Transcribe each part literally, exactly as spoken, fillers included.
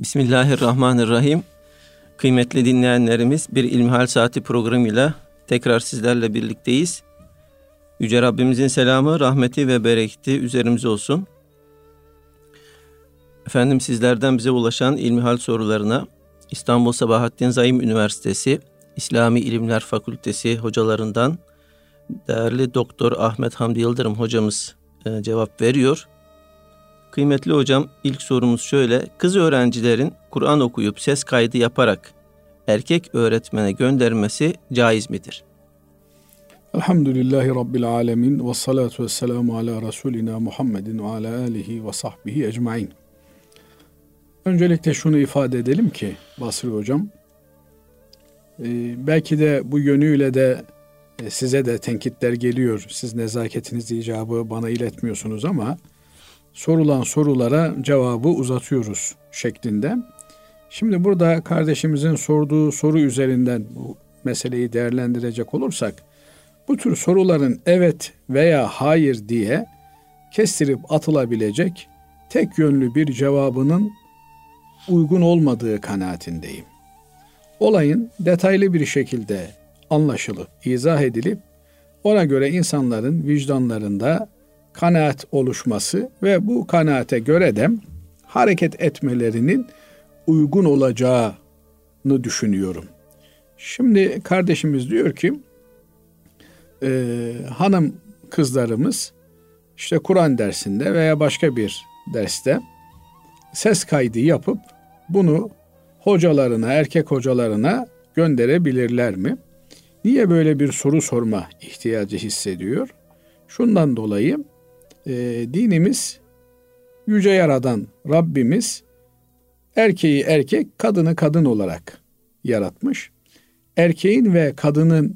Bismillahirrahmanirrahim. Kıymetli dinleyenlerimiz, bir İlmihal Saati programıyla tekrar sizlerle birlikteyiz. Yüce Rabbimizin selamı, rahmeti ve bereketi üzerimize olsun. Efendim, sizlerden bize ulaşan İlmihal sorularına İstanbul Sabahattin Zaim Üniversitesi İslami İlimler Fakültesi hocalarından değerli Doktor Ahmet Hamdi Yıldırım hocamız e, cevap veriyor. Kıymetli hocam, ilk sorumuz şöyle: kız öğrencilerin Kur'an okuyup ses kaydı yaparak erkek öğretmene göndermesi caiz midir? Elhamdülillahi Rabbil alemin ve salatu ve selamu ala Resulina Muhammedin ve ala alihi ve sahbihi ecmain. Öncelikle şunu ifade edelim ki Basri hocam, e, belki de bu yönüyle de e, size de tenkitler geliyor. Siz nezaketiniz icabı bana iletmiyorsunuz ama sorulan sorulara cevabı uzatıyoruz şeklinde. Şimdi burada kardeşimizin sorduğu soru üzerinden bu meseleyi değerlendirecek olursak, bu tür soruların evet veya hayır diye kestirip atılabilecek tek yönlü bir cevabının uygun olmadığı kanaatindeyim. Olayın detaylı bir şekilde anlaşılıp, izah edilip, ona göre insanların vicdanlarında kanaat oluşması ve bu kanaate göre de hareket etmelerinin uygun olacağını düşünüyorum. Şimdi kardeşimiz diyor ki, e, hanım kızlarımız işte Kur'an dersinde veya başka bir derste ses kaydı yapıp bunu hocalarına, erkek hocalarına gönderebilirler mi? Niye böyle bir soru sorma ihtiyacı hissediyor? Şundan dolayı e, dinimiz, yüce yaradan Rabbimiz erkeği erkek, kadını kadın olarak yaratmış. Erkeğin ve kadının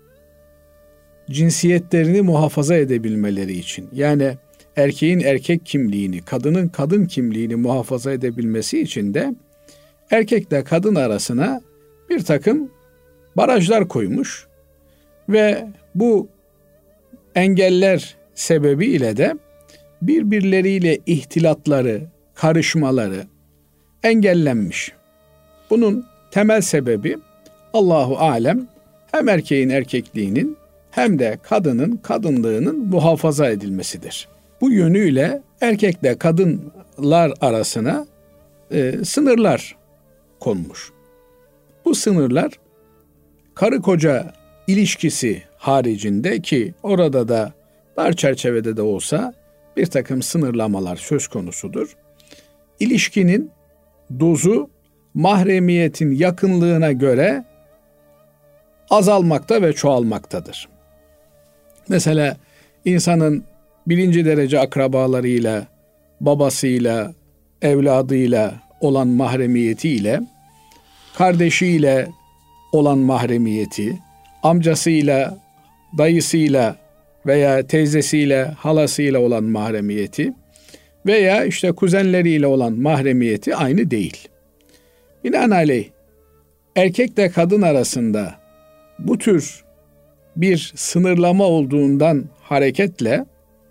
cinsiyetlerini muhafaza edebilmeleri için, yani erkeğin erkek kimliğini, kadının kadın kimliğini muhafaza edebilmesi için de erkekle kadın arasına bir takım barajlar koymuş ve bu engeller sebebiyle de birbirleriyle ihtilatları, karışmaları engellenmiş. Bunun temel sebebi Allahu alem hem erkeğin erkekliğinin hem de kadının kadınlığının muhafaza edilmesidir. Bu yönüyle erkekle kadınlar arasına e, sınırlar konmuş. Bu sınırlar karı koca ilişkisi haricinde, ki orada da dar çerçevede de olsa bir takım sınırlamalar söz konusudur. İlişkinin dozu mahremiyetin yakınlığına göre azalmakta ve çoğalmaktadır. Mesela insanın birinci derece akrabalarıyla, babasıyla, evladıyla olan mahremiyetiyle, kardeşiyle olan mahremiyeti, amcasıyla, dayısıyla veya teyzesiyle, halasıyla olan mahremiyeti veya işte kuzenleriyle olan mahremiyeti aynı değil. Binaenaleyh erkekle kadın arasında bu tür bir sınırlama olduğundan hareketle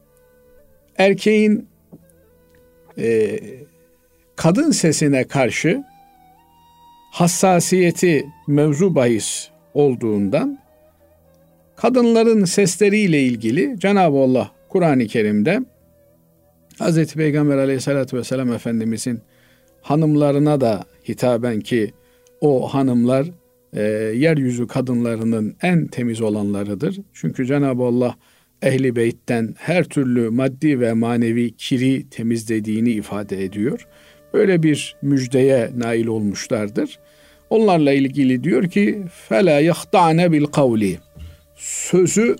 erkeğin e, kadın sesine karşı hassasiyeti mevzu bahis olduğundan kadınların sesleriyle ilgili Cenab-ı Allah Kur'an-ı Kerim'de Hazreti Peygamber Aleyhisselatü Vesselam Efendimizin hanımlarına da hitaben, ki o hanımlar e, yeryüzü kadınlarının en temiz olanlarıdır. Çünkü Cenab-ı Allah Ehl-i Beyt'ten her türlü maddi ve manevi kiri temizlediğini ifade ediyor. Böyle bir müjdeye nail olmuşlardır. Onlarla ilgili diyor ki فَلَا يَخْضَعْنَ بِالْقَوْلِ, sözü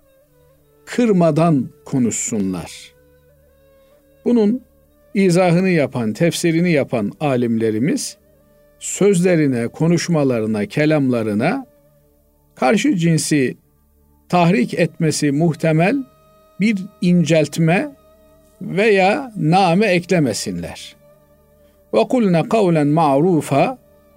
kırmadan konuşsunlar. Bunun izahını yapan, tefsirini yapan alimlerimiz sözlerine, konuşmalarına, kelamlarına karşı cinsi tahrik etmesi muhtemel bir inceltme veya name eklemesinler. وَقُلْنَ قَوْلًا مَعْرُوفًا,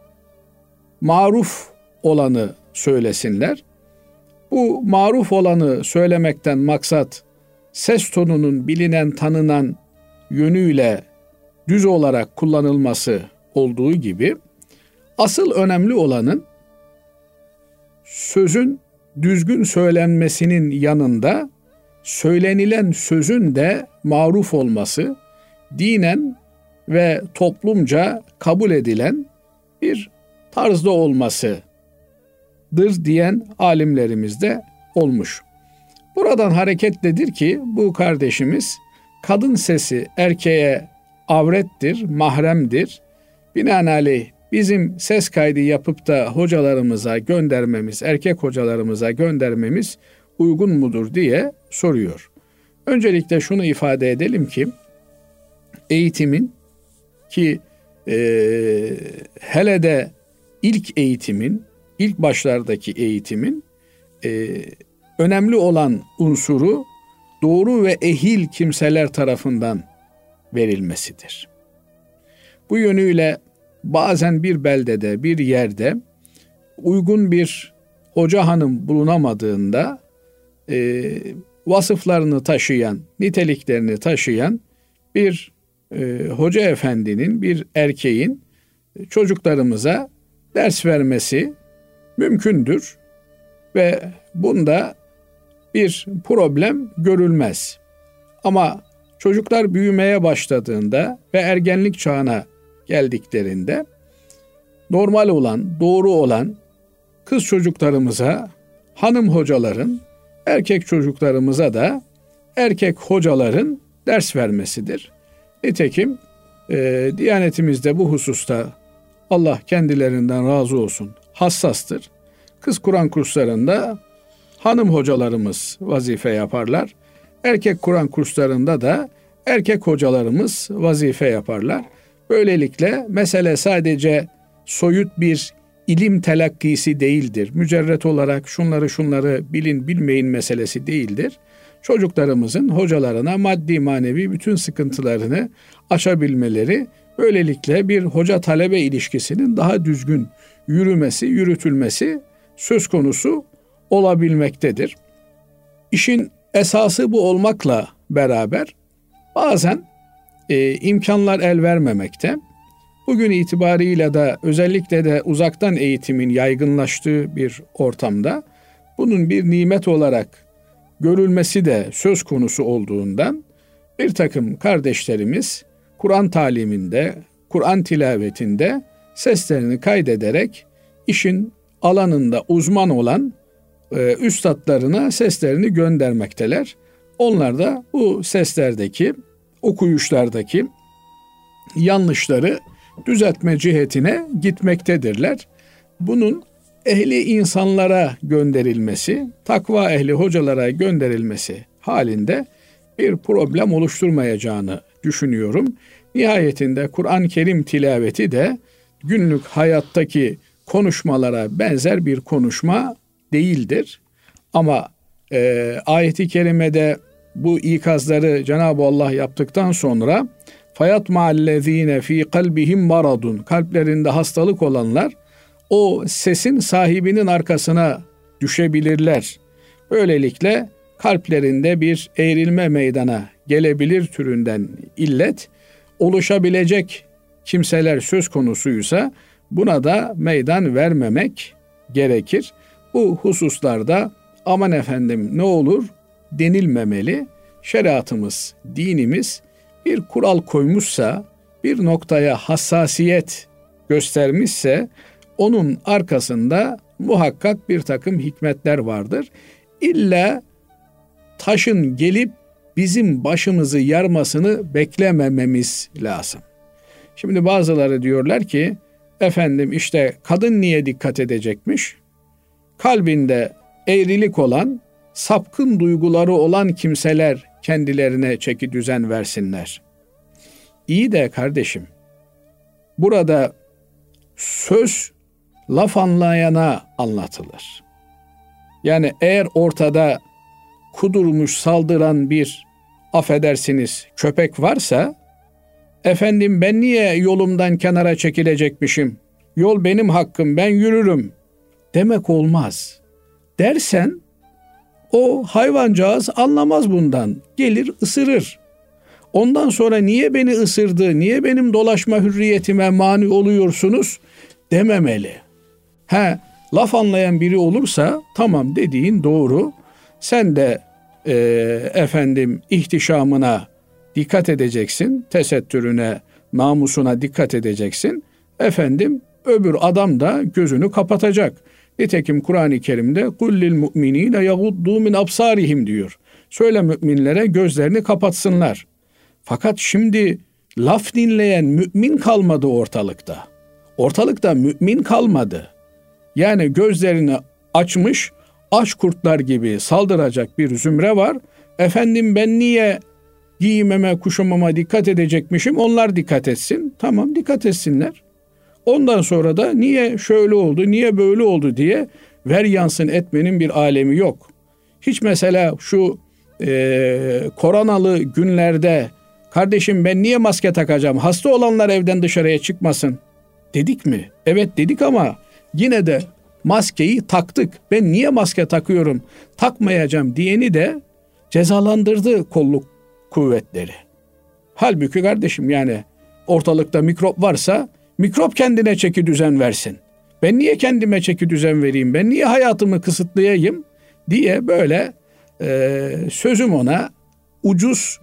maruf olanı söylesinler. Bu maruf olanı söylemekten maksat ses tonunun bilinen, tanınan yönüyle düz olarak kullanılması olduğu gibi asıl önemli olanın sözün düzgün söylenmesinin yanında söylenilen sözün de maruf olması, dinen ve toplumca kabul edilen bir tarzda olmasıdır diyen alimlerimiz de olmuş. Buradan hareketledir ki bu kardeşimiz kadın sesi erkeğe avrettir, mahremdir. Binaenaleyh bizim ses kaydı yapıp da hocalarımıza göndermemiz, erkek hocalarımıza göndermemiz uygun mudur diye soruyor. Öncelikle şunu ifade edelim ki eğitimin ki e, hele de ilk eğitimin, ilk başlardaki eğitimin e, önemli olan unsuru doğru ve ehil kimseler tarafından verilmesidir. Bu yönüyle bazen bir beldede, bir yerde uygun bir hoca hanım bulunamadığında e, vasıflarını taşıyan, niteliklerini taşıyan bir e, hoca efendinin, bir erkeğin çocuklarımıza ders vermesi mümkündür ve bunda bir problem görülmez. Ama çocuklar büyümeye başladığında ve ergenlik çağına geldiklerinde normal olan, doğru olan kız çocuklarımıza hanım hocaların, erkek çocuklarımıza da erkek hocaların ders vermesidir. Nitekim e, Diyanetimizde bu hususta Allah kendilerinden razı olsun hassastır. Kız Kur'an kurslarında hanım hocalarımız vazife yaparlar. Erkek Kur'an kurslarında da erkek hocalarımız vazife yaparlar. Böylelikle mesele sadece soyut bir ilim telakkisi değildir. Mücerret olarak şunları şunları bilin bilmeyin meselesi değildir. Çocuklarımızın hocalarına maddi manevi bütün sıkıntılarını aşabilmeleri, böylelikle bir hoca talebe ilişkisinin daha düzgün yürümesi, yürütülmesi söz konusu olabilmektedir. İşin esası bu olmakla beraber bazen e, imkanlar el vermemekte. Bugün itibarıyla da özellikle de uzaktan eğitimin yaygınlaştığı bir ortamda bunun bir nimet olarak görülmesi de söz konusu olduğundan bir takım kardeşlerimiz Kur'an taliminde, Kur'an tilavetinde seslerini kaydederek işin alanında uzman olan e, üstadlarına seslerini göndermekteler. Onlar da bu seslerdeki, okuyuşlardaki yanlışları düzeltme cihetine gitmektedirler. Bunun ehli insanlara gönderilmesi, takva ehli hocalara gönderilmesi halinde bir problem oluşturmayacağını düşünüyorum. Nihayetinde Kur'an-ı Kerim tilaveti de günlük hayattaki konuşmalara benzer bir konuşma değildir. Ama e, ayet-i kerimede bu ikazları Cenab-ı Allah yaptıktan sonra fayat ma'allezine fi kalbihim maradun, kalplerinde hastalık olanlar o sesin sahibinin arkasına düşebilirler. Böylelikle kalplerinde bir eğrilme meydana gelebilir türünden illet oluşabilecek kimseler söz konusuysa buna da meydan vermemek gerekir. Bu hususlarda aman efendim ne olur denilmemeli. Şeriatımız, dinimiz bir kural koymuşsa, bir noktaya hassasiyet göstermişse onun arkasında muhakkak bir takım hikmetler vardır. İlla taşın gelip bizim başımızı yarmasını beklemememiz lazım. Şimdi bazıları diyorlar ki efendim işte kadın niye dikkat edecekmiş? Kalbinde eğrilik olan, sapkın duyguları olan kimseler kendilerine çeki düzen versinler. İyi de kardeşim, burada söz laf anlayana anlatılır. Yani eğer ortada kudurmuş saldıran bir affedersiniz köpek varsa efendim ben niye yolumdan kenara çekilecekmişim? Yol benim hakkım, ben yürürüm demek olmaz. Dersen o hayvancağız anlamaz bundan. Gelir ısırır. Ondan sonra niye beni ısırdı, niye benim dolaşma hürriyetime mani oluyorsunuz dememeli. He, laf anlayan biri olursa tamam, dediğin doğru. Sen de e, efendim ihtişamına dikkat edeceksin, tesettürüne, namusuna dikkat edeceksin. Efendim öbür adam da gözünü kapatacak. Nitekim Kur'an-ı Kerim'de kullil mu'minine yaguddu min absarihim diyor. Söyle müminlere gözlerini kapatsınlar. Fakat şimdi laf dinleyen mümin kalmadı ortalıkta. Ortalıkta mümin kalmadı. Yani gözlerini açmış, aç kurtlar gibi saldıracak bir zümre var. Efendim ben niye giyimime, kuşamama dikkat edecekmişim, onlar dikkat etsin. Tamam, dikkat etsinler. Ondan sonra da niye şöyle oldu, niye böyle oldu diye ver yansın etmenin bir alemi yok. Hiç mesela şu e, koronalı günlerde kardeşim ben niye maske takacağım, hasta olanlar evden dışarıya çıkmasın dedik mi? Evet dedik ama yine de maskeyi taktık. Ben niye maske takıyorum, takmayacağım diyeni de cezalandırdı kolluk kuvvetleri. Halbuki kardeşim yani ortalıkta mikrop varsa mikrop kendine çeki düzen versin. Ben niye kendime çeki düzen vereyim, ben niye hayatımı kısıtlayayım diye böyle e, sözüm ona ucuz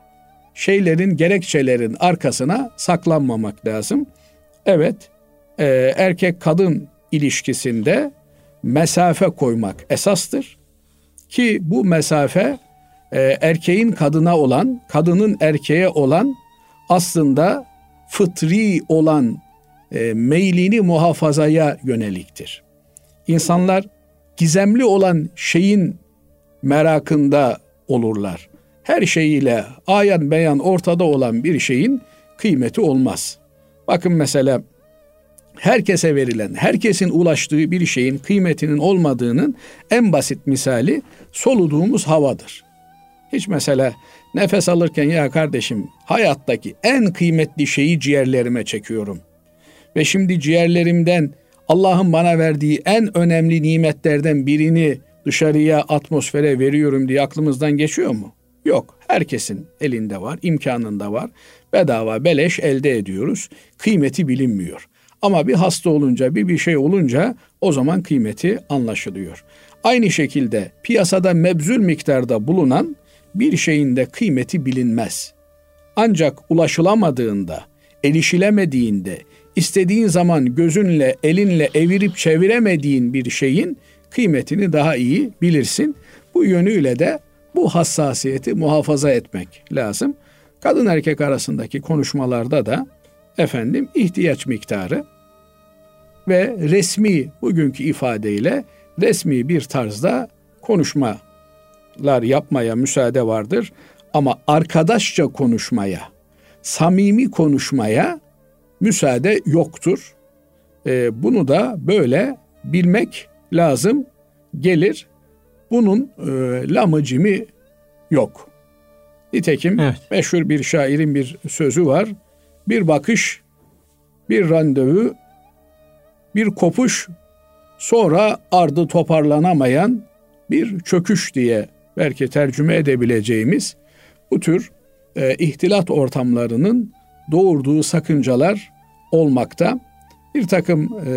şeylerin, gerekçelerin arkasına saklanmamak lazım. Evet, e, erkek kadın ilişkisinde mesafe koymak esastır. Ki bu mesafe e, erkeğin kadına olan, kadının erkeğe olan aslında fıtri olan e, meylini muhafazaya yöneliktir. İnsanlar gizemli olan şeyin merakında olurlar. Her şeyiyle ayan beyan ortada olan bir şeyin kıymeti olmaz. Bakın mesela herkese verilen, herkesin ulaştığı bir şeyin kıymetinin olmadığının en basit misali soluduğumuz havadır. Hiç mesela nefes alırken ya kardeşim hayattaki en kıymetli şeyi ciğerlerime çekiyorum. Ve şimdi ciğerlerimden Allah'ın bana verdiği en önemli nimetlerden birini dışarıya, atmosfere veriyorum diye aklımızdan geçiyor mu? Yok. Herkesin elinde var, imkanında var. Bedava, beleş elde ediyoruz. Kıymeti bilinmiyor. Ama bir hasta olunca, bir bir şey olunca o zaman kıymeti anlaşılıyor. Aynı şekilde piyasada mebzul miktarda bulunan bir şeyin de kıymeti bilinmez. Ancak ulaşılamadığında, erişilemediğinde, istediğin zaman gözünle, elinle evirip çeviremediğin bir şeyin kıymetini daha iyi bilirsin. Bu yönüyle de bu hassasiyeti muhafaza etmek lazım. Kadın erkek arasındaki konuşmalarda da efendim ihtiyaç miktarı ve resmi, bugünkü ifadeyle resmi bir tarzda konuşmalar yapmaya müsaade vardır. Ama arkadaşça konuşmaya, samimi konuşmaya müsaade yoktur. Ee, bunu da böyle bilmek lazım gelir. Bunun e, lamıcımı yok. Nitekim evet. Meşhur bir şairin bir sözü var. Bir bakış, bir randevu, bir kopuş, sonra ardı toparlanamayan bir çöküş diye belki tercüme edebileceğimiz bu tür e, ihtilat ortamlarının doğurduğu sakıncalar olmakta. Bir takım e,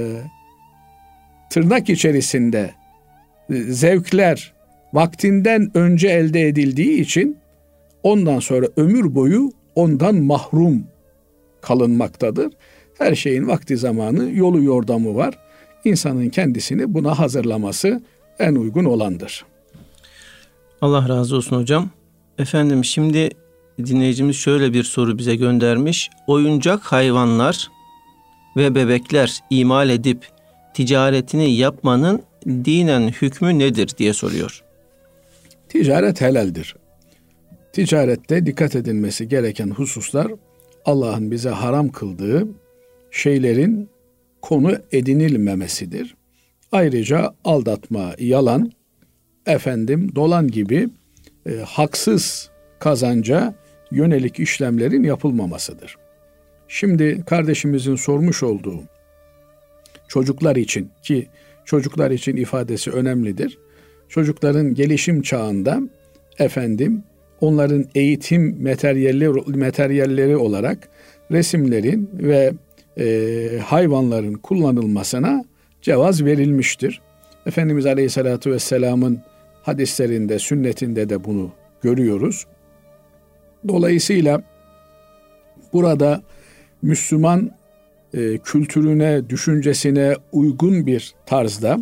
tırnak içerisinde e, zevkler vaktinden önce elde edildiği için ondan sonra ömür boyu ondan mahrum kalınmaktadır. Her şeyin vakti zamanı, yolu yordamı var. İnsanın kendisini buna hazırlaması en uygun olandır. Allah razı olsun hocam. Efendim şimdi dinleyicimiz şöyle bir soru bize göndermiş. Oyuncak hayvanlar ve bebekler imal edip ticaretini yapmanın dinen hükmü nedir diye soruyor. Ticaret helaldir. Ticarette dikkat edilmesi gereken hususlar Allah'ın bize haram kıldığı şeylerin konu edinilmemesidir. Ayrıca aldatma, yalan, efendim dolan gibi e, haksız kazanca yönelik işlemlerin yapılmamasıdır. Şimdi kardeşimizin sormuş olduğu çocuklar için, ki çocuklar için ifadesi önemlidir. Çocukların gelişim çağında efendim onların eğitim materyalleri, materyalleri olarak resimlerin ve e, hayvanların kullanılmasına cevaz verilmiştir. Efendimiz Aleyhisselatü Vesselam'ın hadislerinde, sünnetinde de bunu görüyoruz. Dolayısıyla burada Müslüman e, kültürüne, düşüncesine uygun bir tarzda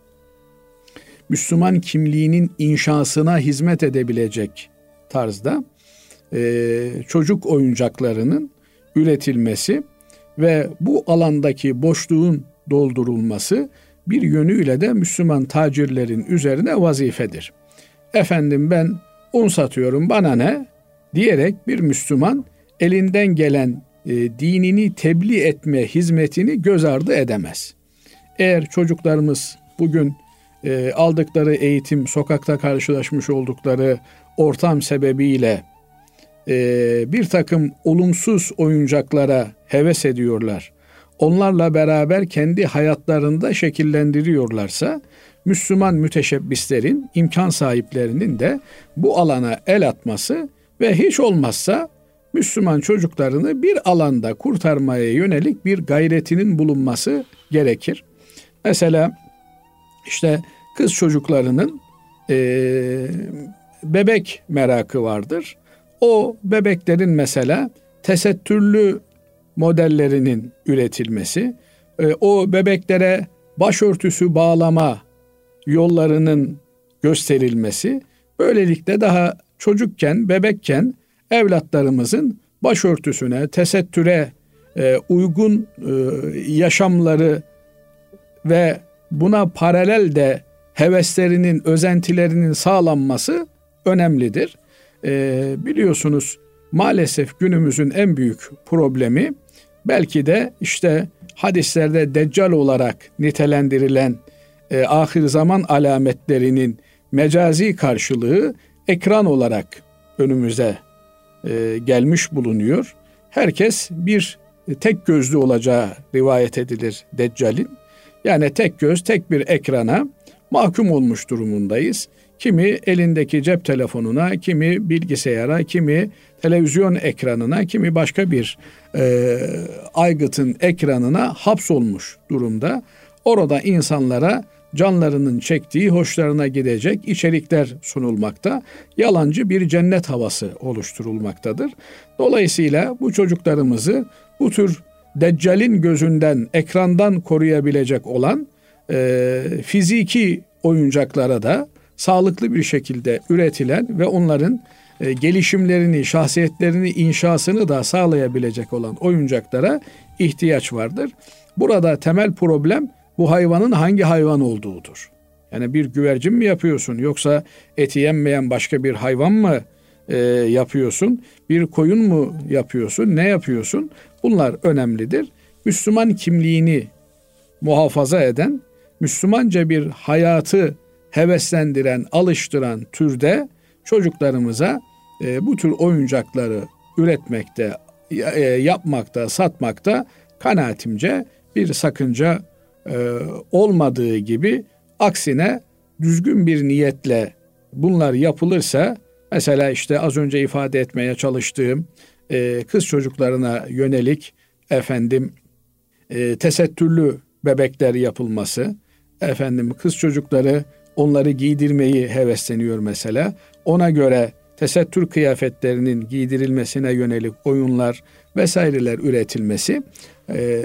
Müslüman kimliğinin inşasına hizmet edebilecek tarzda e, çocuk oyuncaklarının üretilmesi ve bu alandaki boşluğun doldurulması bir yönüyle de Müslüman tacirlerin üzerine vazifedir. Efendim ben un satıyorum, bana ne diyerek bir Müslüman elinden gelen e, dinini tebliğ etme hizmetini göz ardı edemez. Eğer çocuklarımız bugün e, aldıkları eğitim, sokakta karşılaşmış oldukları ortam sebebiyle e, bir takım olumsuz oyuncaklara heves ediyorlar, onlarla beraber kendi hayatlarında şekillendiriyorlarsa, Müslüman müteşebbislerin, imkan sahiplerinin de bu alana el atması ve hiç olmazsa Müslüman çocuklarını bir alanda kurtarmaya yönelik bir gayretinin bulunması gerekir. Mesela işte kız çocuklarının e, bebek merakı vardır. O bebeklerin mesela tesettürlü modellerinin üretilmesi, e, o bebeklere başörtüsü bağlama yollarının gösterilmesi, böylelikle daha çocukken, bebekken evlatlarımızın başörtüsüne, tesettüre e, uygun e, yaşamları ve buna paralel de heveslerinin, özentilerinin sağlanması önemlidir. E, biliyorsunuz maalesef günümüzün en büyük problemi belki de işte hadislerde deccal olarak nitelendirilen e, ahir zaman alametlerinin mecazi karşılığı ekran olarak önümüze e, gelmiş bulunuyor. Herkes bir tek gözlü olacağı rivayet edilir Deccal'in. Yani tek göz, tek bir ekrana mahkum olmuş durumundayız. Kimi elindeki cep telefonuna, kimi bilgisayara, kimi televizyon ekranına, kimi başka bir e, aygıtın ekranına hapsolmuş durumda. Orada insanlara canlarının çektiği, hoşlarına gidecek içerikler sunulmakta. Yalancı bir cennet havası oluşturulmaktadır. Dolayısıyla bu çocuklarımızı bu tür Deccal'in gözünden, ekrandan koruyabilecek olan e, fiziki oyuncaklara da sağlıklı bir şekilde üretilen ve onların e, gelişimlerini, şahsiyetlerini, inşasını da sağlayabilecek olan oyuncaklara ihtiyaç vardır. Burada temel problem bu hayvanın hangi hayvan olduğudur. Yani bir güvercin mi yapıyorsun, yoksa eti yenmeyen başka bir hayvan mı e, yapıyorsun? Bir koyun mu yapıyorsun? Ne yapıyorsun? Bunlar önemlidir. Müslüman kimliğini muhafaza eden, Müslümanca bir hayatı heveslendiren, alıştıran türde çocuklarımıza e, bu tür oyuncakları üretmekte, e, yapmakta, satmakta kanaatimce bir sakınca e, olmadığı gibi, aksine düzgün bir niyetle bunlar yapılırsa, mesela işte az önce ifade etmeye çalıştığım e, kız çocuklarına yönelik efendim e, tesettürlü bebekler yapılması, efendim kız çocukları onları giydirmeyi hevesleniyor mesela. Ona göre tesettür kıyafetlerinin giydirilmesine yönelik oyunlar vesaireler üretilmesi e,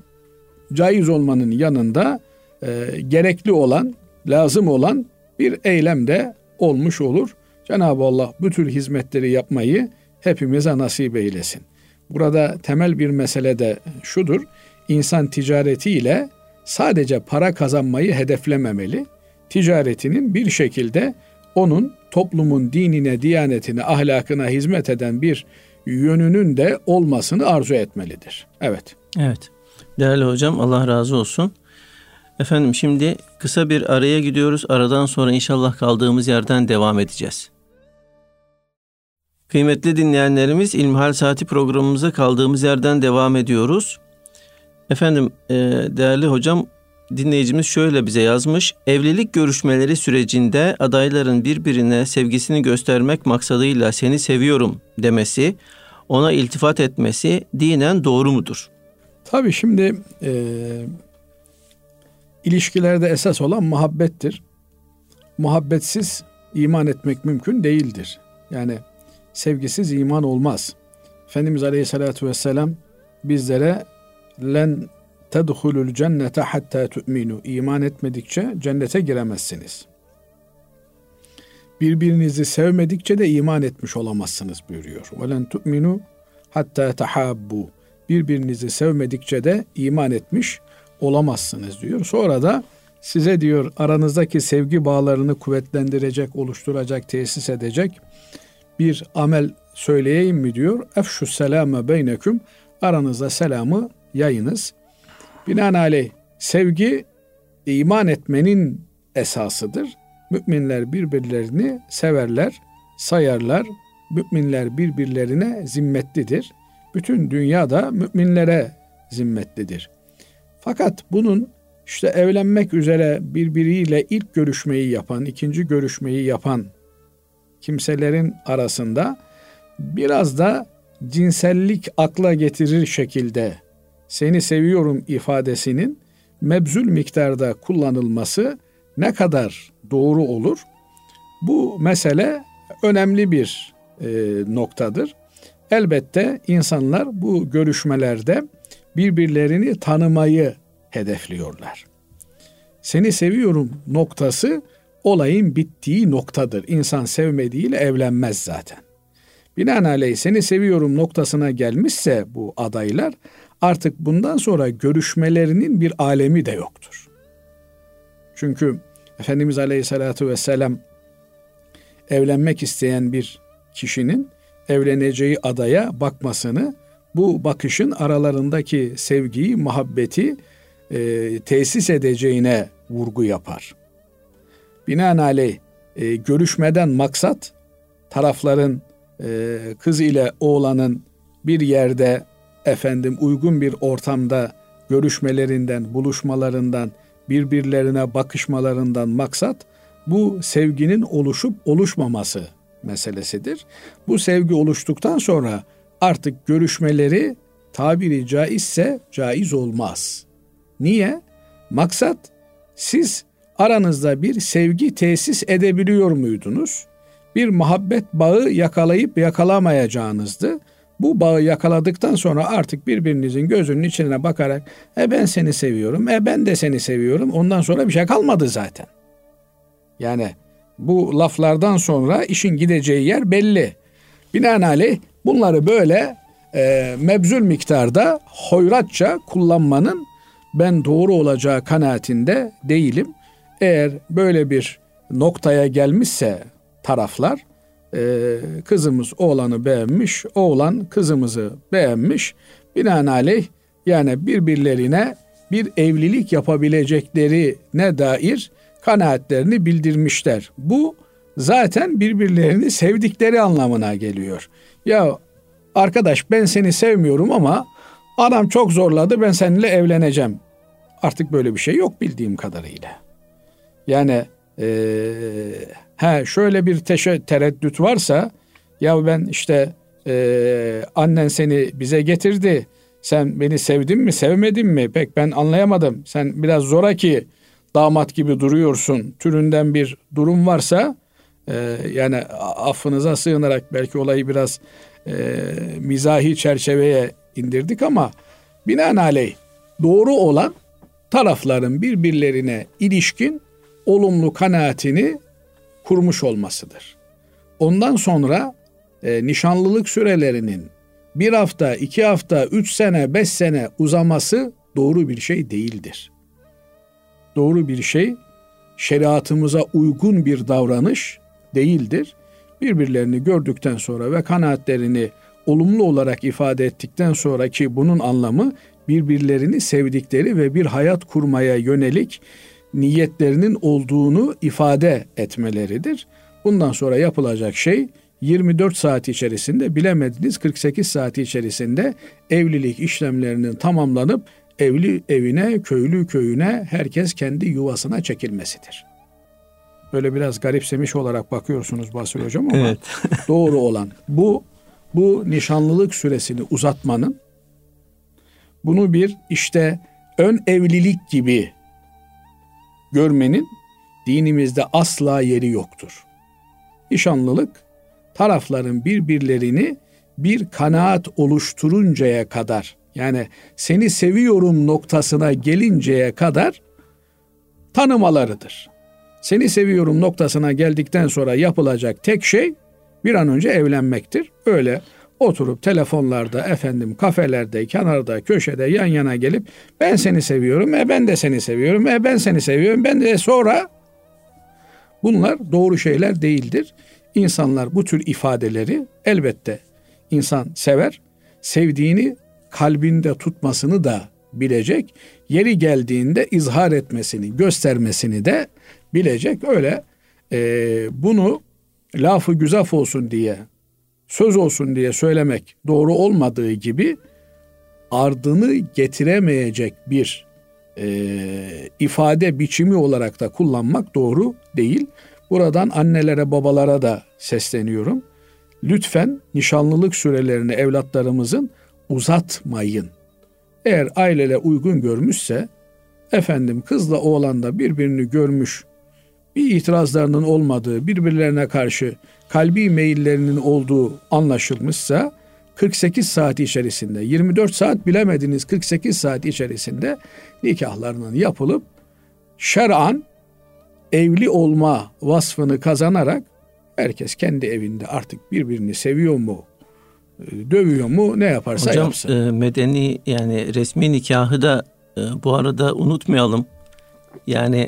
caiz olmanın yanında e, gerekli olan, lazım olan bir eylem de olmuş olur. Cenab-ı Allah bu tür hizmetleri yapmayı hepimize nasip eylesin. Burada temel bir mesele de şudur: İnsan ticaretiyle sadece para kazanmayı hedeflememeli. Ticaretinin bir şekilde onun toplumun dinine, diyanetine, ahlakına hizmet eden bir yönünün de olmasını arzu etmelidir. Evet. Evet. Değerli hocam, Allah razı olsun. Efendim şimdi kısa bir araya gidiyoruz. Aradan sonra inşallah kaldığımız yerden devam edeceğiz. Kıymetli dinleyenlerimiz, İlmihal Saati programımıza kaldığımız yerden devam ediyoruz. Efendim e, değerli hocam dinleyicimiz şöyle bize yazmış. Evlilik görüşmeleri sürecinde adayların birbirine sevgisini göstermek maksadıyla seni seviyorum demesi, ona iltifat etmesi dinen doğru mudur? Tabii şimdi e, ilişkilerde esas olan muhabbettir. Muhabbetsiz iman etmek mümkün değildir. Yani sevgisiz iman olmaz. Efendimiz Aleyhisselatü Vesselam bizlere len tedhulul cennete hatta tu'minu, iman etmedikçe cennete giremezsiniz. Birbirinizi sevmedikçe de iman etmiş olamazsınız buyuruyor. Ve len tu'minu hatta tahabbu, birbirinizi sevmedikçe de iman etmiş olamazsınız diyor. Sonra da size diyor aranızdaki sevgi bağlarını kuvvetlendirecek, oluşturacak, tesis edecek bir amel söyleyeyim mi diyor. Efşus selame beyneküm, aranızda selamı yayınız. Binaenaleyh sevgi iman etmenin esasıdır. Müminler birbirlerini severler, sayarlar. Müminler birbirlerine zimmetlidir. Bütün dünya da müminlere zimmetlidir. Fakat bunun işte evlenmek üzere birbiriyle ilk görüşmeyi yapan, ikinci görüşmeyi yapan kimselerin arasında biraz da cinsellik akla getirir şekilde seni seviyorum ifadesinin mebzul miktarda kullanılması ne kadar doğru olur? Bu mesele önemli bir e, noktadır. Elbette insanlar bu görüşmelerde birbirlerini tanımayı hedefliyorlar. Seni seviyorum noktası olayın bittiği noktadır. İnsan sevmediğiyle evlenmez zaten. Binaenaleyh seni seviyorum noktasına gelmişse bu adaylar, artık bundan sonra görüşmelerinin bir alemi de yoktur. Çünkü Efendimiz Aleyhisselatü Vesselam evlenmek isteyen bir kişinin evleneceği adaya bakmasını, bu bakışın aralarındaki sevgiyi, muhabbeti e, tesis edeceğine vurgu yapar. Binaenaleyh e, görüşmeden maksat tarafların e, kız ile oğlanın bir yerde efendim uygun bir ortamda görüşmelerinden, buluşmalarından, birbirlerine bakışmalarından maksat bu sevginin oluşup oluşmaması meselesidir. Bu sevgi oluştuktan sonra artık görüşmeleri tabiri caizse caiz olmaz. Niye? Maksat siz aranızda bir sevgi tesis edebiliyor muydunuz? Bir muhabbet bağı yakalayıp yakalamayacağınızdı. Bu bağı yakaladıktan sonra artık birbirinizin gözünün içine bakarak e ben seni seviyorum, e ben de seni seviyorum. Ondan sonra bir şey kalmadı zaten. Yani bu laflardan sonra işin gideceği yer belli. Binaenaleyh bunları böyle e, mebzul miktarda hoyratça kullanmanın ben doğru olacağı kanaatinde değilim. Eğer böyle bir noktaya gelmişse taraflar, e, kızımız oğlanı beğenmiş, oğlan kızımızı beğenmiş, binaenaleyh yani birbirlerine bir evlilik yapabileceklerine dair kanaatlerini bildirmişler. Bu zaten birbirlerini sevdikleri anlamına geliyor. Ya arkadaş ben seni sevmiyorum ama adam çok zorladı, ben seninle evleneceğim. Artık böyle bir şey yok bildiğim kadarıyla. Yani ee, he şöyle bir teşe, tereddüt varsa, ya ben işte e, annen seni bize getirdi, sen beni sevdin mi sevmedin mi pek ben anlayamadım, sen biraz zoraki damat gibi duruyorsun türünden bir durum varsa, e, yani affınıza sığınarak belki olayı biraz e, mizahi çerçeveye indirdik ama binaenaleyh doğru olan tarafların birbirlerine ilişkin olumlu kanaatini kurmuş olmasıdır. Ondan sonra e, nişanlılık sürelerinin bir hafta, iki hafta, üç sene, beş sene uzaması doğru bir şey değildir. Doğru bir şey, şeriatımıza uygun bir davranış değildir. Birbirlerini gördükten sonra ve kanaatlerini olumlu olarak ifade ettikten sonra, ki bunun anlamı birbirlerini sevdikleri ve bir hayat kurmaya yönelik niyetlerinin olduğunu ifade etmeleridir. Bundan sonra yapılacak şey yirmi dört saat içerisinde, bilemediniz kırk sekiz saat içerisinde evlilik işlemlerinin tamamlanıp evli evine, köylü köyüne, herkes kendi yuvasına çekilmesidir. Böyle biraz garipsemiş olarak bakıyorsunuz Basri Hocam ama evet. Doğru olan bu, bu nişanlılık süresini uzatmanın, bunu bir işte ön evlilik gibi görmenin dinimizde asla yeri yoktur. Nişanlılık, tarafların birbirlerini bir kanaat oluşturuncaya kadar, yani seni seviyorum noktasına gelinceye kadar tanımalarıdır. Seni seviyorum noktasına geldikten sonra yapılacak tek şey bir an önce evlenmektir. Öyle oturup telefonlarda, efendim kafelerde, kenarda, köşede yan yana gelip ben seni seviyorum, e ben de seni seviyorum, e ben seni seviyorum, ben de sonra, bunlar doğru şeyler değildir. İnsanlar bu tür ifadeleri elbette insan sever, sevdiğini kalbinde tutmasını da bilecek, yeri geldiğinde izhar etmesini, göstermesini de bilecek. Öyle e, bunu lafı güzaf olsun diye, söz olsun diye söylemek doğru olmadığı gibi ardını getiremeyecek bir e, ifade biçimi olarak da kullanmak doğru değil. Buradan annelere, babalara da sesleniyorum. Lütfen nişanlılık sürelerini evlatlarımızın uzatmayın. Eğer aileler uygun görmüşse, efendim kızla oğlan da birbirini görmüş, bir itirazlarının olmadığı, birbirlerine karşı kalbi meyillerinin olduğu anlaşılmışsa, kırk sekiz saat içerisinde, yirmi dört saat bilemediniz kırk sekiz saat içerisinde nikahlarının yapılıp şer'an evli olma vasfını kazanarak herkes kendi evinde artık birbirini seviyor mu, dövüyor mu, ne yaparsa Hocam, yapsın. Hocam e, medeni yani resmi nikahı da e, bu arada unutmayalım. Yani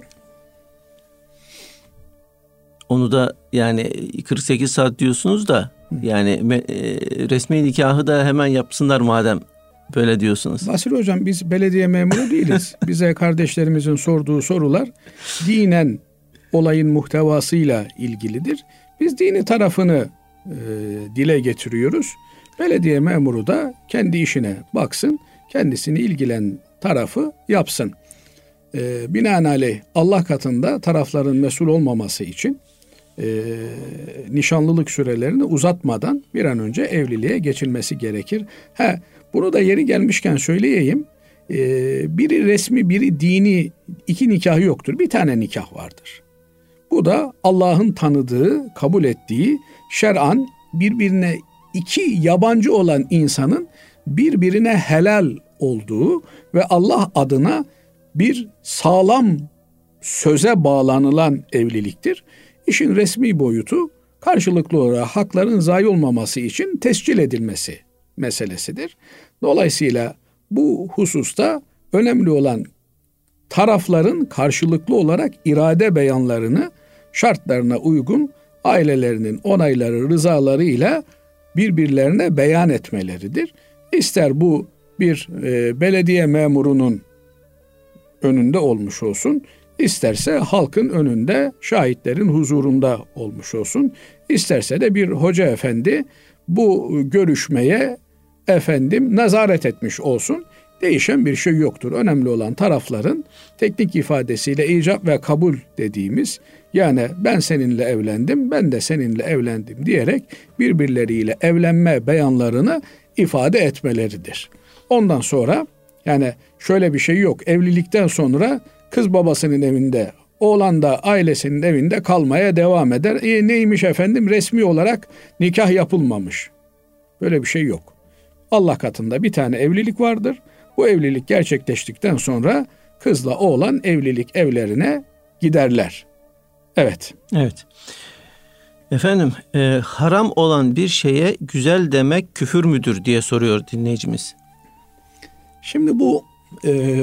onu da yani kırk sekiz saat diyorsunuz da yani e, resmi nikahı da hemen yapsınlar madem böyle diyorsunuz. Basri Hocam, biz belediye memuru değiliz. Bize kardeşlerimizin sorduğu sorular dinen olayın muhtevasıyla ilgilidir. Biz dini tarafını e, dile getiriyoruz. Belediye memuru da kendi işine baksın, kendisini ilgilen tarafı yapsın. E, binaenaleyh Allah katında tarafların mesul olmaması için e, nişanlılık sürelerini uzatmadan bir an önce evliliğe geçilmesi gerekir. Ha, bunu da yeri gelmişken söyleyeyim. E, biri resmi, biri dini, iki nikahı yoktur. Bir tane nikah vardır. Bu da Allah'ın tanıdığı, kabul ettiği, şer'an birbirine iki yabancı olan insanın birbirine helal olduğu ve Allah adına bir sağlam söze bağlanılan evliliktir. İşin resmi boyutu karşılıklı olarak hakların zayi olmaması için tescil edilmesi meselesidir. Dolayısıyla bu hususta önemli olan tarafların karşılıklı olarak irade beyanlarını şartlarına uygun ailelerinin onayları, rızalarıyla birbirlerine beyan etmeleridir. İster bu bir e, belediye memurunun önünde olmuş olsun, isterse halkın önünde, şahitlerin huzurunda olmuş olsun, isterse de bir hoca efendi bu görüşmeye efendim nazaret etmiş olsun. Değişen bir şey yoktur. Önemli olan tarafların teknik ifadesiyle icap ve kabul dediğimiz, yani ben seninle evlendim, ben de seninle evlendim diyerek birbirleriyle evlenme beyanlarını ifade etmeleridir. Ondan sonra yani şöyle bir şey yok. Evlilikten sonra kız babasının evinde, oğlan da ailesinin evinde kalmaya devam eder. E, neymiş efendim, resmi olarak nikah yapılmamış. Böyle bir şey yok. Allah katında bir tane evlilik vardır. Bu evlilik gerçekleştikten sonra kızla oğlan evlilik evlerine giderler. Evet. Evet. Efendim, e, haram olan bir şeye güzel demek küfür müdür diye soruyor dinleyicimiz. Şimdi bu e,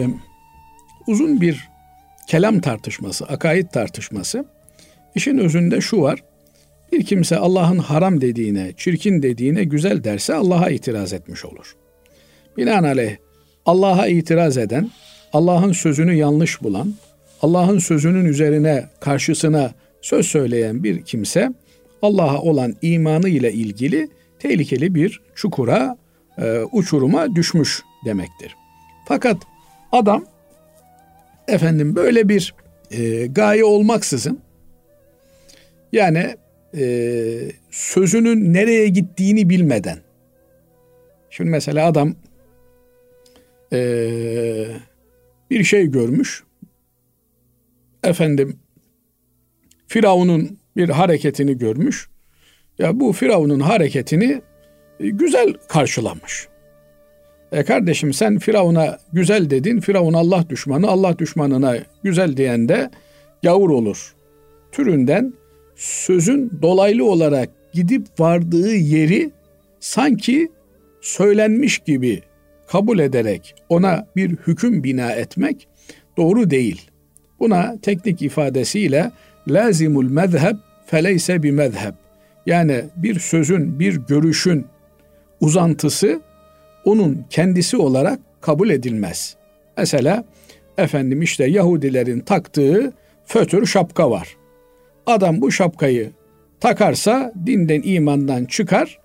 uzun bir kelam tartışması, akaid tartışması. İşin özünde şu var. Bir kimse Allah'ın haram dediğine, çirkin dediğine güzel derse Allah'a itiraz etmiş olur. Binaenaleyh Allah'a itiraz eden, Allah'ın sözünü yanlış bulan, Allah'ın sözünün üzerine karşısına söz söyleyen bir kimse Allah'a olan imanı ile ilgili tehlikeli bir çukura, e, uçuruma düşmüş demektir. Fakat Adam efendim böyle bir e, gaye olmaksızın, yani e, sözünün nereye gittiğini bilmeden, şimdi mesela adam e, bir şey görmüş, efendim Firavun'un bir hareketini görmüş, ya bu Firavun'un hareketini e, güzel karşılamış. E kardeşim, sen Firavun'a güzel dedin, Firavun Allah düşmanı, Allah düşmanına güzel diyen de gavur olur türünden sözün dolaylı olarak gidip vardığı yeri sanki söylenmiş gibi kabul ederek ona bir hüküm bina etmek doğru değil. Buna teknik ifadesiyle lazimul mezheb feleyse bi mezheb, yani bir sözün, bir görüşün uzantısı onun kendisi olarak kabul edilmez. Mesela efendim işte Yahudilerin taktığı fötr şapka var. Adam bu şapkayı takarsa dinden, imandan çıkar.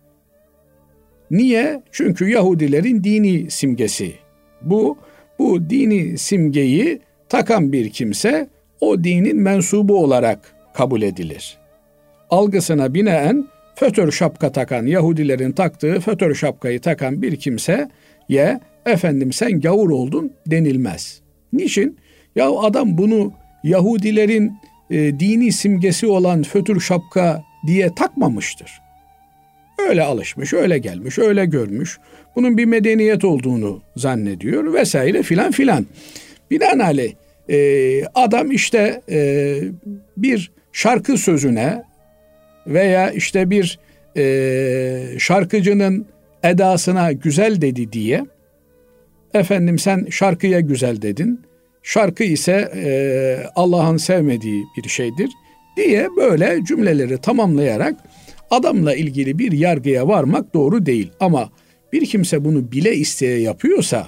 Niye? Çünkü Yahudilerin dini simgesi. Bu bu dini simgeyi takan bir kimse o dinin mensubu olarak kabul edilir. Algısına binaen fötr şapka takan, Yahudilerin taktığı fötr şapkayı takan bir kimseye efendim sen gavur oldun denilmez. Niçin? Ya adam bunu Yahudilerin e, dini simgesi olan fötr şapka diye takmamıştır. Öyle alışmış, öyle gelmiş, öyle görmüş. Bunun bir medeniyet olduğunu zannediyor vesaire filan filan. Binaenaleyh e, adam işte e, bir şarkı sözüne veya işte bir e, şarkıcının edasına güzel dedi diye, efendim sen şarkıya güzel dedin, şarkı ise e, Allah'ın sevmediği bir şeydir diye böyle cümleleri tamamlayarak adamla ilgili bir yargıya varmak doğru değil. Ama bir kimse bunu bile isteye yapıyorsa,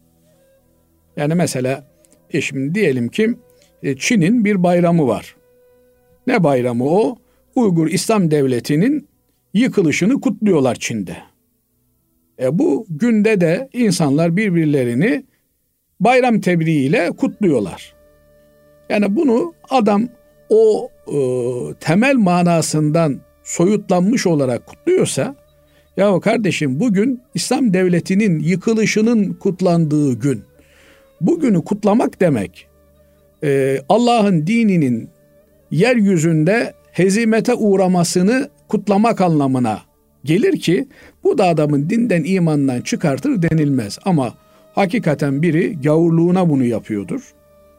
yani mesela e şimdi diyelim ki e, Çin'in bir bayramı var. Ne bayramı o? Uygur İslam Devleti'nin yıkılışını kutluyorlar Çin'de. E bu günde de insanlar birbirlerini bayram tebriğiyle kutluyorlar. Yani bunu adam o e, temel manasından soyutlanmış olarak kutluyorsa, ya kardeşim bugün İslam Devleti'nin yıkılışının kutlandığı gün. Bugünü kutlamak demek e, Allah'ın dininin yeryüzünde hezimete uğramasını kutlamak anlamına gelir ki bu da adamın dinden, imandan çıkartır denilmez. Ama hakikaten biri gavurluğuna bunu yapıyordur.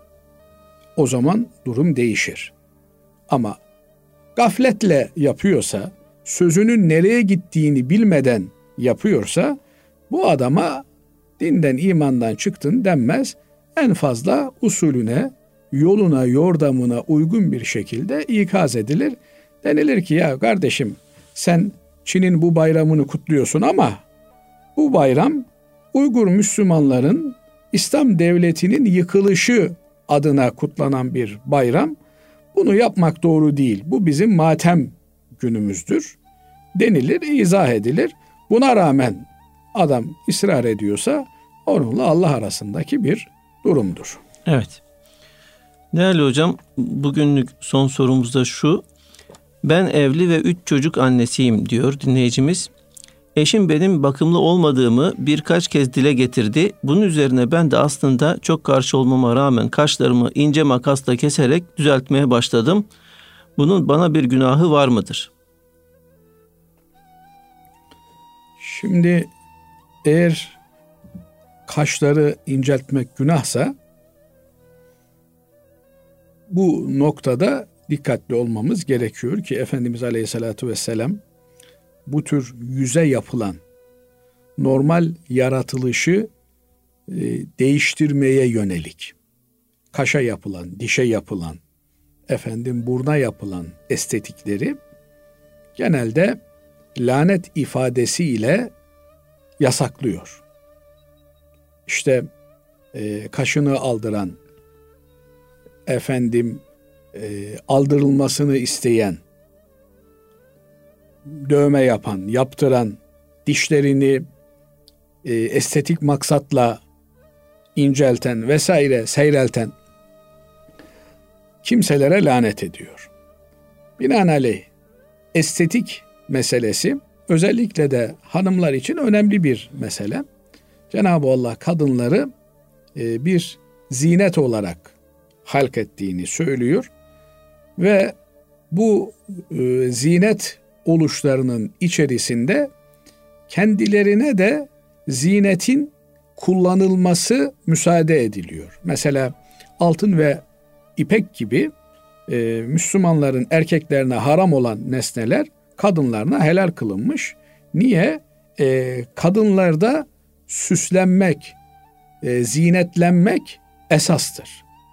O zaman durum değişir. Ama gafletle yapıyorsa, sözünün nereye gittiğini bilmeden yapıyorsa, bu adama dinden, imandan çıktın denmez. En fazla usulüne, yoluna, yordamına uygun bir şekilde ikaz edilir. Denilir ki ya kardeşim sen Çin'in bu bayramını kutluyorsun ama bu bayram Uygur Müslümanların İslam Devleti'nin yıkılışı adına kutlanan bir bayram. Bunu yapmak doğru değil. Bu bizim matem günümüzdür denilir, izah edilir. Buna rağmen adam ısrar ediyorsa onunla Allah arasındaki bir durumdur. Evet. Değerli hocam, bugünlük son sorumuz da şu. Ben evli ve üç çocuk annesiyim diyor dinleyicimiz. Eşim benim bakımlı olmadığımı birkaç kez dile getirdi. Bunun üzerine ben de aslında çok karşı olmama rağmen kaşlarımı ince makasla keserek düzeltmeye başladım. Bunun bana bir günahı var mıdır? Şimdi eğer kaşları inceltmek günahsa, bu noktada dikkatli olmamız gerekiyor ki Efendimiz Aleyhisselatü Vesselam bu tür yüze yapılan normal yaratılışı e, değiştirmeye yönelik, kaşa yapılan, dişe yapılan, efendim burna yapılan estetikleri genelde lanet ifadesiyle yasaklıyor. İşte e, kaşını aldıran, efendim e, aldırılmasını isteyen, dövme yapan, yaptıran, dişlerini e, estetik maksatla incelten vesaire seyrelten kimselere lanet ediyor. Binaenaleyh estetik meselesi özellikle de hanımlar için önemli bir mesele. Cenab-ı Allah kadınları e, bir zinet olarak halk ettiğini söylüyor ve bu e, zinet oluşlarının içerisinde kendilerine de zinetin kullanılması müsaade ediliyor. Mesela altın ve ipek gibi e, Müslümanların erkeklerine haram olan nesneler kadınlarına helal kılınmış. Niye? E, kadınlarda süslenmek, e, zinetlenmek esastır.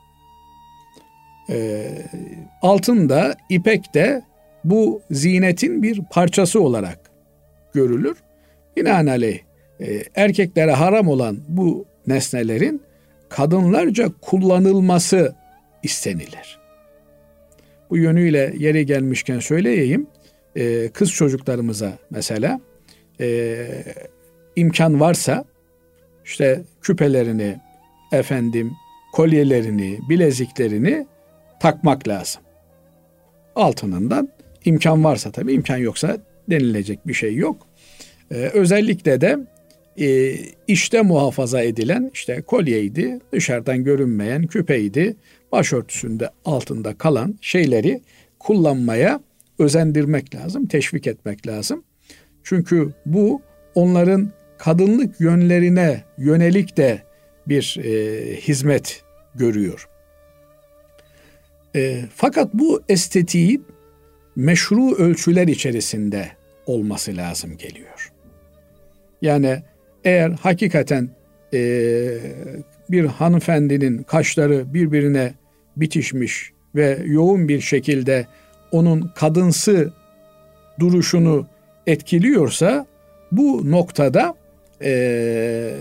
E, altın da, ipek de bu zinetin bir parçası olarak görülür. Binaenaleyh e, erkeklere haram olan bu nesnelerin kadınlarca kullanılması istenilir. Bu yönüyle yeri gelmişken söyleyeyim, e, kız çocuklarımıza mesela e, imkan varsa işte küpelerini, efendim kolyelerini, bileziklerini takmak lazım. Altınından imkan varsa, tabii imkan yoksa denilecek bir şey yok. Ee, özellikle de e, işte muhafaza edilen işte kolyeydi, dışarıdan görünmeyen küpeydi, başörtüsünde altında kalan şeyleri kullanmaya özendirmek lazım, teşvik etmek lazım. Çünkü bu onların kadınlık yönlerine yönelik de bir e, hizmet görüyor. E, fakat bu estetiğin meşru ölçüler içerisinde olması lazım geliyor. Yani eğer hakikaten e, bir hanımefendinin kaşları birbirine bitişmiş ve yoğun bir şekilde onun kadınsı duruşunu etkiliyorsa bu noktada e,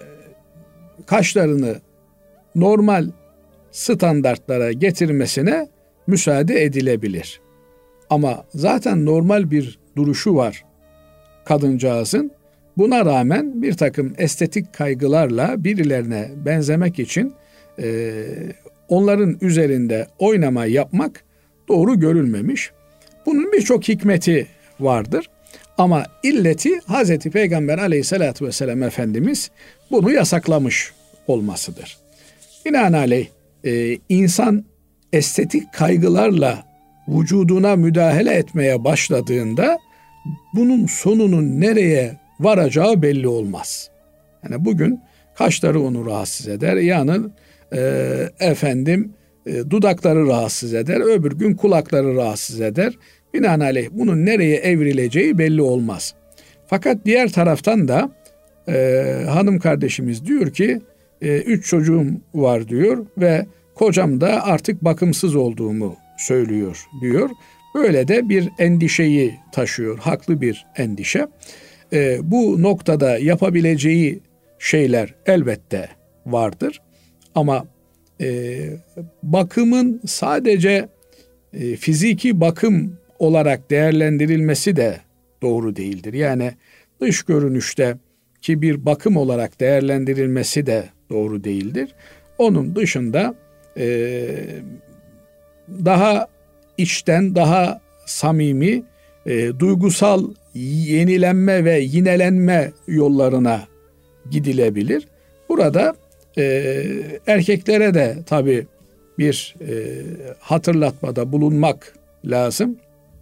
kaşlarını normal standartlara getirmesine müsaade edilebilir. Ama zaten normal bir duruşu var kadıncağızın. Buna rağmen bir takım estetik kaygılarla birilerine benzemek için e, onların üzerinde oynama yapmak doğru görülmemiş. Bunun birçok hikmeti vardır. Ama illeti Hazreti Peygamber Aleyhisselatü Vesselam Efendimiz bunu yasaklamış olmasıdır. Binaenaleyh e, insan estetik kaygılarla vücuduna müdahale etmeye başladığında bunun sonunun nereye varacağı belli olmaz. Yani bugün kaşları onu rahatsız eder, yani e, efendim e, dudakları rahatsız eder, öbür gün kulakları rahatsız eder. Binaenaleyh bunun nereye evrileceği belli olmaz. Fakat diğer taraftan da e, hanım kardeşimiz diyor ki e, üç çocuğum var diyor ve kocam da artık bakımsız olduğumu söylüyor diyor. Böyle de bir endişeyi taşıyor, haklı bir endişe. E, bu noktada yapabileceği şeyler elbette vardır. Ama e, bakımın sadece e, fiziki bakım olarak değerlendirilmesi de doğru değildir. Yani dış görünüşte ki bir bakım olarak değerlendirilmesi de doğru değildir. Onun dışında e, daha içten, daha samimi, e, duygusal yenilenme ve yinelenme yollarına gidilebilir. Burada e, erkeklere de tabii bir e, hatırlatmada bulunmak lazım.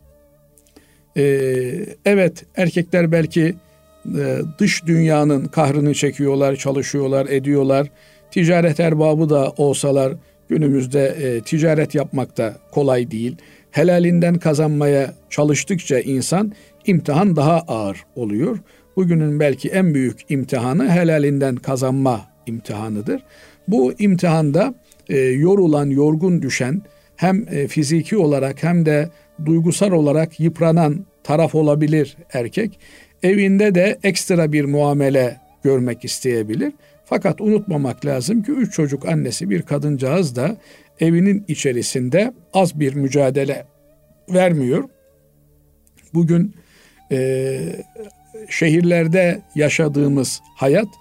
E, evet, erkekler belki e, dış dünyanın kahrını çekiyorlar, çalışıyorlar, ediyorlar. Ticaret erbabı da olsalar günümüzde e, ticaret yapmak da kolay değil. Helalinden kazanmaya çalıştıkça insan imtihan daha ağır oluyor. Bugünün belki en büyük imtihanı helalinden kazanma imtihanıdır. Bu imtihanda e, yorulan, yorgun düşen, hem e, fiziki olarak hem de duygusal olarak yıpranan taraf olabilir erkek. Evinde de ekstra bir muamele görmek isteyebilir. Fakat unutmamak lazım ki üç çocuk annesi bir kadıncağız da evinin içerisinde az bir mücadele vermiyor. Bugün e, şehirlerde yaşadığımız hayat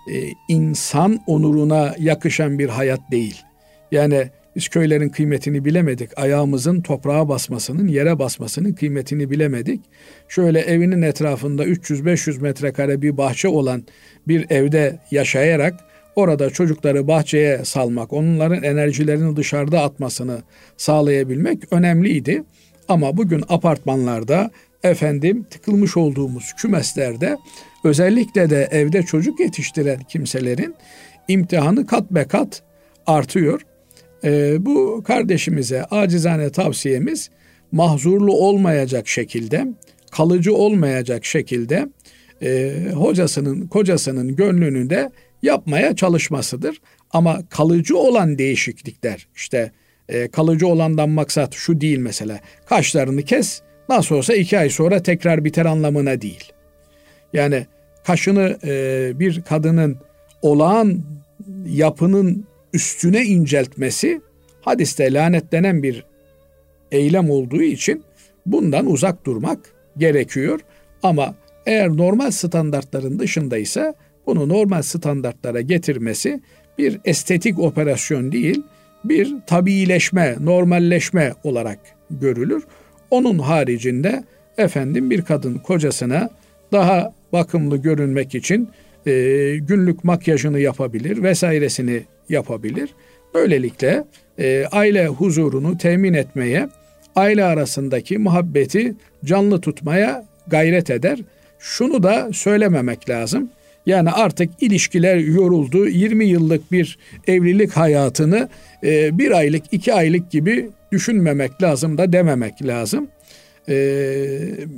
e, insan onuruna yakışan bir hayat değil. Yani biz köylerin kıymetini bilemedik. Ayağımızın toprağa basmasının, yere basmasının kıymetini bilemedik. Şöyle evinin etrafında üç yüz beş yüz metrekare bir bahçe olan bir evde yaşayarak orada çocukları bahçeye salmak, onların enerjilerini dışarıda atmasını sağlayabilmek önemliydi. Ama bugün apartmanlarda, efendim tıkılmış olduğumuz kümeslerde, özellikle de evde çocuk yetiştiren kimselerin imtihanı kat be kat artıyor. Ee, bu kardeşimize acizane tavsiyemiz, mahzurlu olmayacak şekilde, kalıcı olmayacak şekilde e, hocasının, kocasının gönlünü de yapmaya çalışmasıdır. Ama kalıcı olan değişiklikler, işte e, kalıcı olandan maksat şu değil mesela, kaşlarını kes, nasıl olsa iki ay sonra tekrar biter anlamına değil. Yani kaşını e, bir kadının olağan yapının üstüne inceltmesi hadiste lanetlenen bir eylem olduğu için bundan uzak durmak gerekiyor. Ama eğer normal standartların dışındaysa bunu normal standartlara getirmesi bir estetik operasyon değil, bir tabiileşme, normalleşme olarak görülür. Onun haricinde efendim bir kadın kocasına daha bakımlı görünmek için e, günlük makyajını yapabilir, vesairesini yapabilir. Böylelikle e, aile huzurunu temin etmeye, aile arasındaki muhabbeti canlı tutmaya gayret eder. Şunu da söylememek lazım. Yani artık ilişkiler yoruldu. yirmi yıllık bir evlilik hayatını e, bir aylık, iki aylık gibi düşünmemek lazım da dememek lazım. E,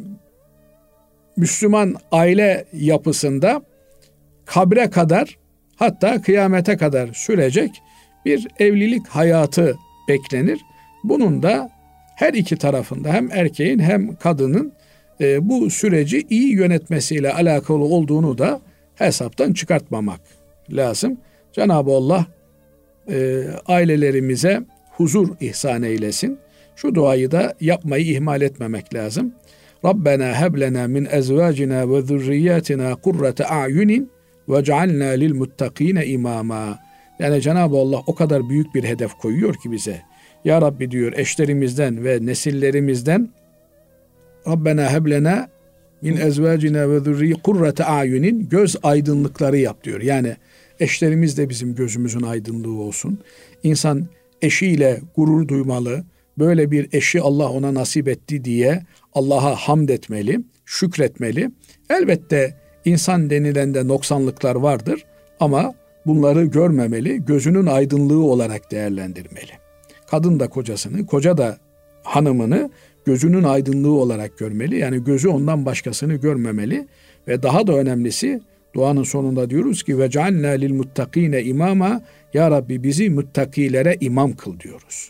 Müslüman aile yapısında kabre kadar, hatta kıyamete kadar sürecek bir evlilik hayatı beklenir. Bunun da her iki tarafında, hem erkeğin hem kadının e, bu süreci iyi yönetmesiyle alakalı olduğunu da hesaptan çıkartmamak lazım. Cenab-ı Allah e, ailelerimize huzur ihsan eylesin. Şu duayı da yapmayı ihmal etmemek lazım. Rabbena heblena min ezvacina ve zurriyatina kurrate a'yunin vec'alna lil muttakine imama. Yani Cenab-ı Allah o kadar büyük bir hedef koyuyor ki bize. Ya Rabbi diyor, eşlerimizden ve nesillerimizden Rabbena heblena min ezvacina ve zurri kurrate a'yunin, göz aydınlıkları yap diyor. Yani eşlerimiz de bizim gözümüzün aydınlığı olsun. İnsan eşiyle gurur duymalı. Böyle bir eşi Allah ona nasip etti diye Allah'a hamd etmeli, şükretmeli. Elbette insan denilende noksanlıklar vardır ama bunları görmemeli, gözünün aydınlığı olarak değerlendirmeli. Kadın da kocasını, koca da hanımını gözünün aydınlığı olarak görmeli. Yani gözü ondan başkasını görmemeli ve daha da önemlisi, duanın sonunda diyoruz ki ve cealna lil muttakine imama, ya Rabbi bizi muttakilere imam kıl diyoruz.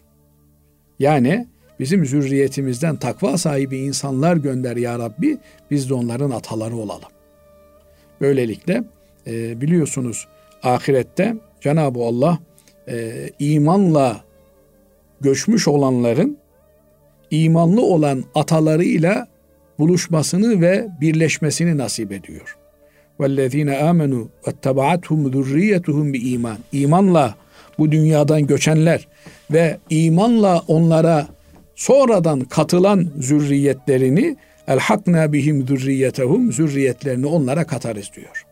Yani bizim zürriyetimizden takva sahibi insanlar gönder ya Rabbi, biz de onların ataları olalım. Böylelikle e, biliyorsunuz ahirette Cenab-ı Allah e, imanla göçmüş olanların imanlı olan atalarıyla buluşmasını ve birleşmesini nasip ediyor. وَالَّذ۪ينَ آمَنُوا وَاتَّبَعَتْهُمْ ذُرِّيَّتُهُمْ بِاِيمَانٍ. İmanla bu dünyadan göçenler ve imanla onlara sonradan katılan zürriyetlerini elhakna bihim zürriyetehum, zürriyetlerini onlara katarız diyor.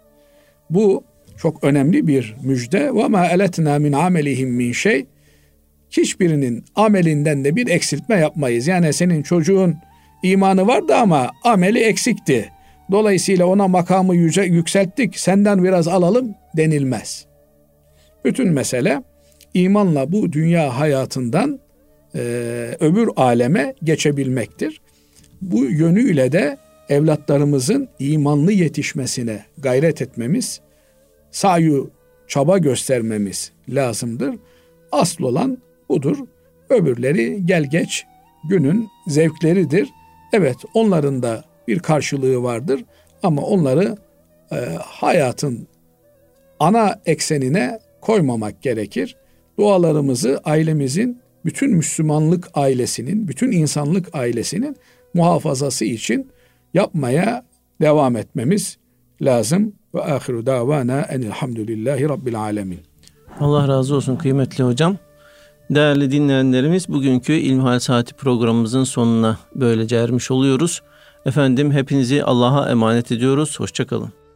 Bu çok önemli bir müjde. Ve ma eletna min amelihim min şey. Hiçbirinin amelinden de bir eksiltme yapmayız. Yani senin çocuğun imanı vardı ama ameli eksikti. Dolayısıyla ona makamı yüce, yükselttik, senden biraz alalım denilmez. Bütün mesele imanla bu dünya hayatından e, öbür aleme geçebilmektir. Bu yönüyle de evlatlarımızın imanlı yetişmesine gayret etmemiz, sayu çaba göstermemiz lazımdır. Asıl olan budur. Öbürleri gel geç günün zevkleridir. Evet, onların da bir karşılığı vardır ama onları e, hayatın ana eksenine koymamak gerekir. Dualarımızı ailemizin, bütün Müslümanlık ailesinin, bütün insanlık ailesinin muhafazası için yapmaya devam etmemiz lazım. Ve ahiru davana enilhamdülillahi rabbil alemin. Allah razı olsun kıymetli hocam. Değerli dinleyenlerimiz, bugünkü İlmihal Saati programımızın sonuna böylece ermiş oluyoruz. Efendim hepinizi Allah'a emanet ediyoruz. Hoşça kalın.